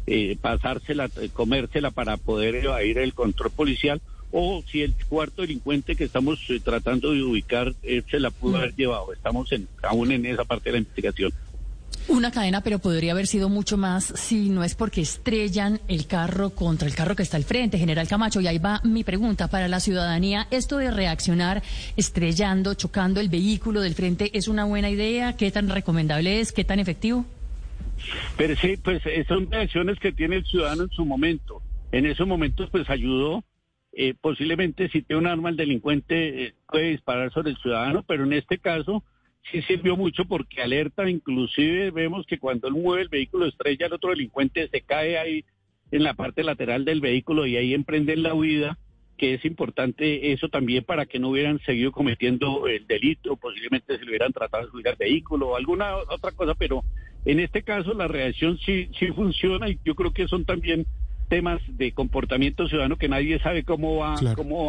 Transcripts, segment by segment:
pasársela, comérsela para poder evadir el control policial, o si el cuarto delincuente que estamos tratando de ubicar se la pudo haber llevado. Estamos aún en esa parte de la investigación. Una cadena, pero podría haber sido mucho más si no es porque estrellan el carro contra el carro que está al frente, General Camacho. Y ahí va mi pregunta para la ciudadanía. ¿Esto de reaccionar estrellando, chocando el vehículo del frente es una buena idea? ¿Qué tan recomendable es? ¿Qué tan efectivo? Pero sí, pues son reacciones que tiene el ciudadano en su momento. En esos momentos pues ayudó. Posiblemente si tiene un arma el delincuente puede disparar sobre el ciudadano, pero en este caso sí sirvió mucho porque alerta. Inclusive vemos que cuando él mueve el vehículo estrella, el otro delincuente se cae ahí en la parte lateral del vehículo y ahí emprenden la huida, que es importante eso también para que no hubieran seguido cometiendo el delito, posiblemente se le hubieran tratado de subir al vehículo o alguna otra cosa, pero en este caso la reacción sí funciona, y yo creo que son también temas de comportamiento ciudadano que nadie sabe cómo va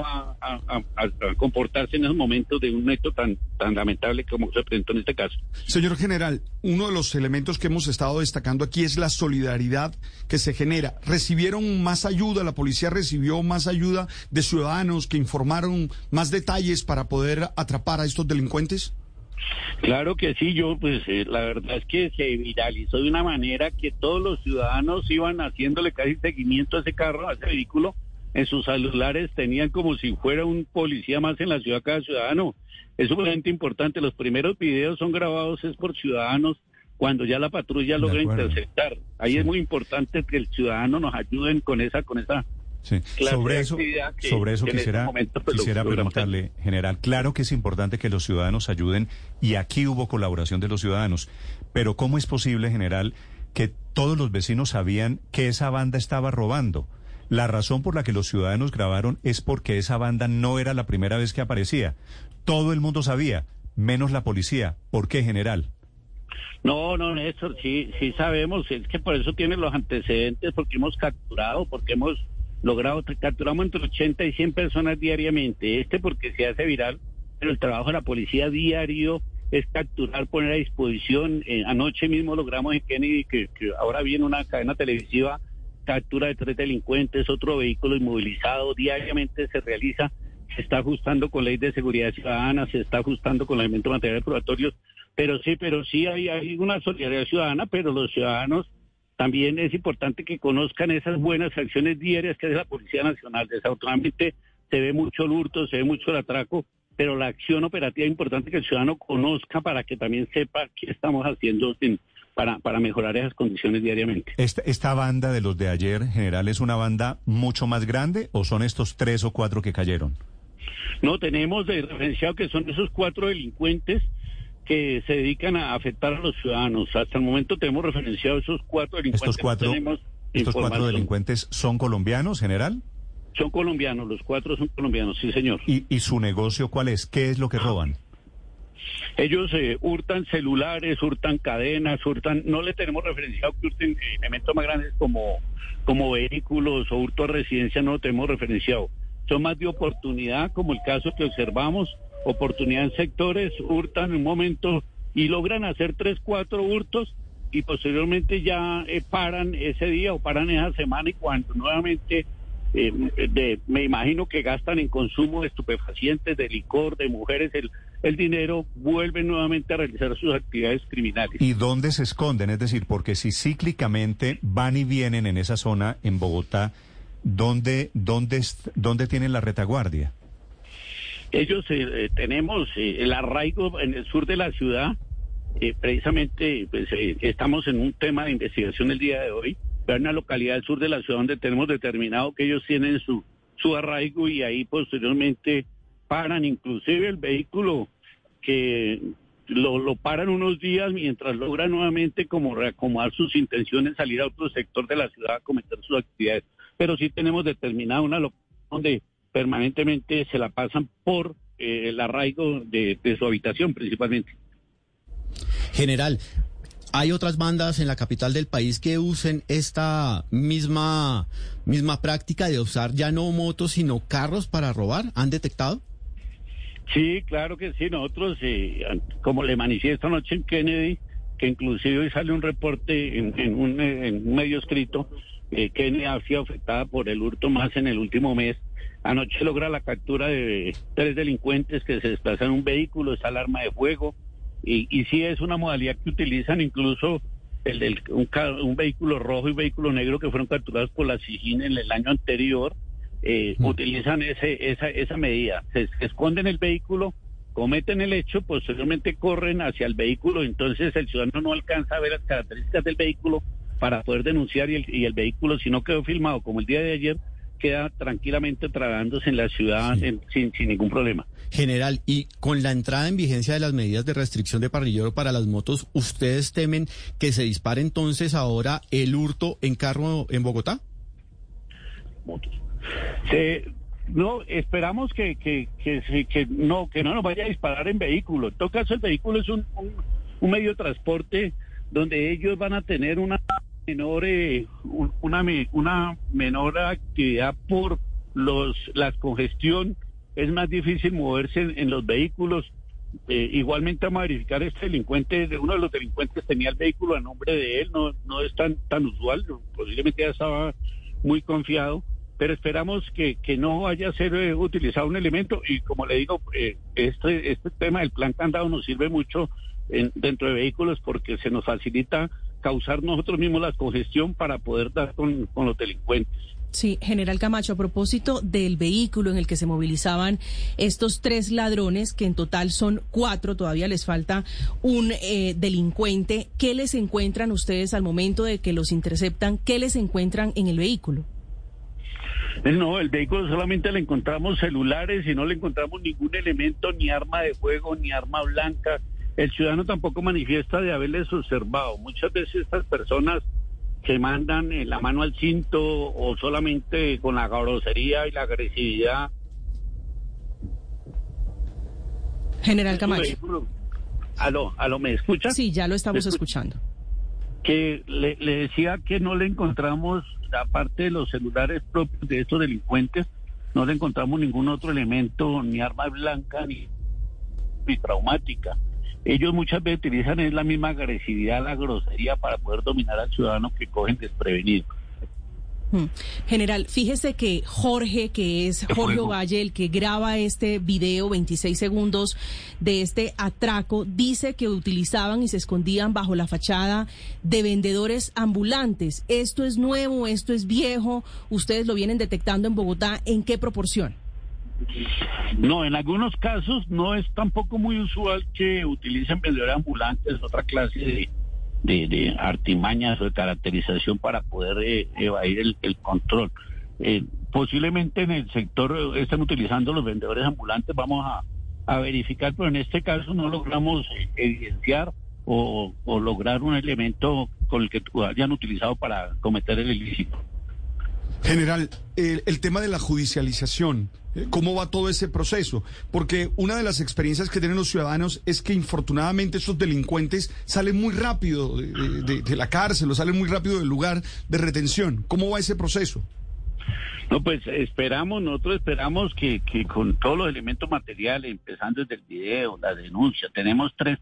a comportarse en esos momentos de un hecho tan lamentable como se presentó en este caso. Señor general, uno de los elementos que hemos estado destacando aquí es la solidaridad que se genera. ¿Recibieron más ayuda? ¿La policía recibió más ayuda de ciudadanos que informaron más detalles para poder atrapar a estos delincuentes? Claro que sí, la verdad es que se viralizó de una manera que todos los ciudadanos iban haciéndole casi seguimiento a ese carro, a ese vehículo. En sus celulares tenían como si fuera un policía más en la ciudad cada ciudadano. Es sumamente importante. Los primeros videos son grabados es por ciudadanos cuando ya la patrulla logra interceptar. Ahí sí es muy importante que el ciudadano nos ayuden con esa sí. Sobre eso quisiera preguntarle, general, claro que es importante que los ciudadanos ayuden y aquí hubo colaboración de los ciudadanos, pero ¿cómo es posible, general, que todos los vecinos sabían que esa banda estaba robando? La razón por la que los ciudadanos grabaron es porque esa banda no era la primera vez que aparecía. Todo el mundo sabía, menos la policía. ¿Por qué, general? No, Néstor, sí sabemos, es que por eso tienen los antecedentes, porque hemos capturado, capturamos entre 80 y 100 personas diariamente, porque se hace viral, pero el trabajo de la policía diario es capturar, poner a disposición. Anoche mismo logramos en Kennedy, que ahora viene una cadena televisiva, captura de 3 delincuentes, otro vehículo inmovilizado, diariamente se realiza, se está ajustando con ley de seguridad ciudadana, se está ajustando con los elementos materiales probatorios, pero sí hay una solidaridad ciudadana, pero los ciudadanos también es importante que conozcan esas buenas acciones diarias que hace la Policía Nacional. Desafortunadamente se ve mucho el hurto, se ve mucho el atraco, pero la acción operativa es importante que el ciudadano conozca para que también sepa qué estamos haciendo para mejorar esas condiciones diariamente. ¿Esta banda de los de ayer, general, es una banda mucho más grande o son estos 3 o 4 que cayeron? No, tenemos referenciado que son esos 4 delincuentes que se dedican a afectar a los ciudadanos. Hasta el momento tenemos referenciado esos 4 delincuentes. ¿Estos 4 delincuentes son colombianos, general? Son colombianos, los 4 son colombianos, sí, señor. ¿Y su negocio cuál es? ¿Qué es lo que roban? Ellos hurtan celulares, hurtan cadenas, no le tenemos referenciado que hurten elementos más grandes como vehículos o hurto a residencia, no lo tenemos referenciado. Son más de oportunidad, como el caso que observamos, oportunidad en sectores, hurtan en un momento y logran hacer 3, 4 hurtos y posteriormente ya paran ese día o paran esa semana, y cuando nuevamente me imagino que gastan en consumo de estupefacientes, de licor, de mujeres, el dinero, vuelven nuevamente a realizar sus actividades criminales. ¿Y dónde se esconden? Es decir, porque si cíclicamente van y vienen en esa zona, en Bogotá, ¿dónde tienen la retaguardia? Ellos tenemos el arraigo en el sur de la ciudad. Precisamente estamos en un tema de investigación el día de hoy. Hay una localidad del sur de la ciudad donde tenemos determinado que ellos tienen su arraigo, y ahí posteriormente paran inclusive el vehículo, que lo paran unos días mientras logran nuevamente como reacomodar sus intenciones, salir a otro sector de la ciudad a cometer sus actividades. Pero sí tenemos determinada una localidad donde permanentemente se la pasan por el arraigo de su habitación principalmente. General, ¿hay otras bandas en la capital del país que usen esta misma práctica de usar ya no motos sino carros para robar? ¿Han detectado? Sí, claro que sí. Nosotros, como le manifiesto anoche en Kennedy, que inclusive hoy sale un reporte en un medio escrito, Kenia ha sido afectada por el hurto más en el último mes. Anoche logra la captura de 3 delincuentes que se desplazan en un vehículo, está el arma de fuego, y sí es una modalidad que utilizan incluso un vehículo rojo y un vehículo negro que fueron capturados por la SIJIN en el año anterior. Utilizan esa medida, se esconden el vehículo, cometen el hecho, posteriormente corren hacia el vehículo, entonces el ciudadano no alcanza a ver las características del vehículo para poder denunciar, y el vehículo, si no quedó filmado como el día de ayer, queda tranquilamente trasladándose en la ciudad sin ningún problema. General, y con la entrada en vigencia de las medidas de restricción de parrillero para las motos, ¿ustedes temen que se dispare entonces ahora el hurto en carro en Bogotá? No, esperamos que no nos vaya a disparar en vehículo. En todo caso, el vehículo es un medio de transporte donde ellos van a tener una menor actividad por la congestión. Es más difícil moverse en los vehículos. Igualmente vamos a verificar uno de los delincuentes tenía el vehículo a nombre de él, no es tan usual, posiblemente ya estaba muy confiado, pero esperamos que no vaya a ser utilizado un elemento, y como le digo, este tema del plan candado nos sirve mucho dentro de vehículos porque se nos facilita causar nosotros mismos la congestión para poder dar con los delincuentes. Sí, General Camacho, a propósito del vehículo en el que se movilizaban estos 3 ladrones, que en total son 4, todavía les falta un delincuente, ¿qué les encuentran ustedes al momento de que los interceptan? ¿Qué les encuentran en el vehículo? No, el vehículo solamente le encontramos celulares y no le encontramos ningún elemento, ni arma de fuego, ni arma blanca. El ciudadano tampoco manifiesta de haberles observado. Muchas veces estas personas se mandan la mano al cinto o solamente con la grosería y la agresividad. General Camacho. ¿Aló, me escucha? Sí, ya lo estamos escuchando. Que le decía que no le encontramos, aparte de los celulares propios de estos delincuentes, no le encontramos ningún otro elemento, ni arma blanca, ni traumática. Ellos muchas veces utilizan la misma agresividad, la grosería para poder dominar al ciudadano que cogen desprevenido. General, fíjese que Jorge Ovalle, el que graba este video, 26 segundos de este atraco, dice que utilizaban y se escondían bajo la fachada de vendedores ambulantes. ¿Esto es nuevo? ¿Esto es viejo? ¿Ustedes lo vienen detectando en Bogotá? ¿En qué proporción? No, en algunos casos no es tampoco muy usual que utilicen vendedores ambulantes, otra clase de artimañas o de caracterización para poder evadir el control. Posiblemente en el sector están utilizando los vendedores ambulantes, vamos a verificar, pero en este caso no logramos evidenciar o lograr un elemento con el que hayan utilizado para cometer el ilícito. General, el tema de la judicialización, ¿cómo va todo ese proceso? Porque una de las experiencias que tienen los ciudadanos es que infortunadamente estos delincuentes salen muy rápido de la cárcel o salen muy rápido del lugar de retención. ¿Cómo va ese proceso? No, pues nosotros esperamos que con todos los elementos materiales, empezando desde el video, la denuncia, tenemos 4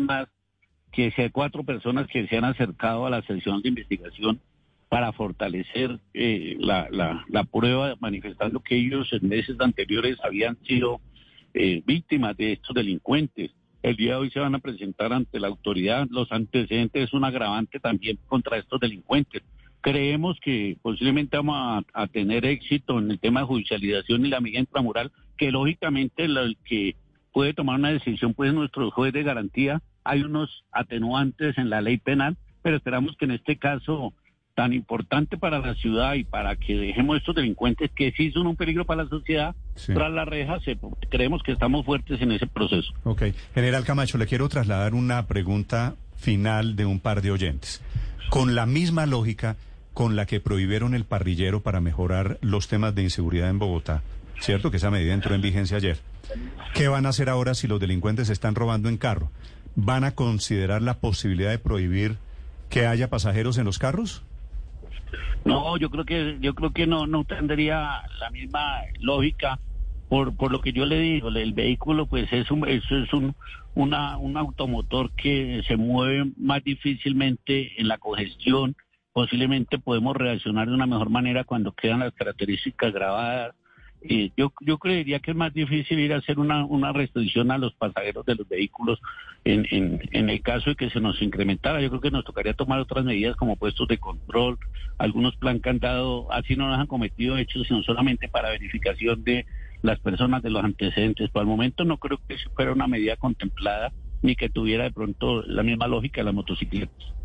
personas que se han acercado a la sección de investigación para fortalecer la prueba, manifestando que ellos en meses anteriores habían sido víctimas de estos delincuentes. El día de hoy se van a presentar ante la autoridad. Los antecedentes es un agravante también contra estos delincuentes. Creemos que posiblemente vamos a tener éxito en el tema de judicialización y la medida intramural, que lógicamente el que puede tomar una decisión pues nuestro juez de garantía. Hay unos atenuantes en la ley penal, pero esperamos que en este caso tan importante para la ciudad y para que dejemos estos delincuentes que sí son un peligro para la sociedad, tras la reja, creemos que estamos fuertes en ese proceso. Ok. General Camacho, le quiero trasladar una pregunta final de un par de oyentes. Con la misma lógica con la que prohibieron el parrillero para mejorar los temas de inseguridad en Bogotá, ¿cierto? Que esa medida entró en vigencia ayer. ¿Qué van a hacer ahora si los delincuentes están robando en carro? ¿Van a considerar la posibilidad de prohibir que haya pasajeros en los carros? No, yo creo que no tendría la misma lógica por lo que yo le digo. El vehículo pues es un un automotor que se mueve más difícilmente en la congestión, posiblemente podemos reaccionar de una mejor manera cuando quedan las características grabadas. Yo creería que es más difícil ir a hacer una restricción a los pasajeros de los vehículos en el caso de que se nos incrementara. Yo creo que nos tocaría tomar otras medidas como puestos de control, algunos plan candado, así no nos han cometido hechos, sino solamente para verificación de las personas, de los antecedentes. Por el momento no creo que eso fuera una medida contemplada ni que tuviera de pronto la misma lógica de las motocicletas.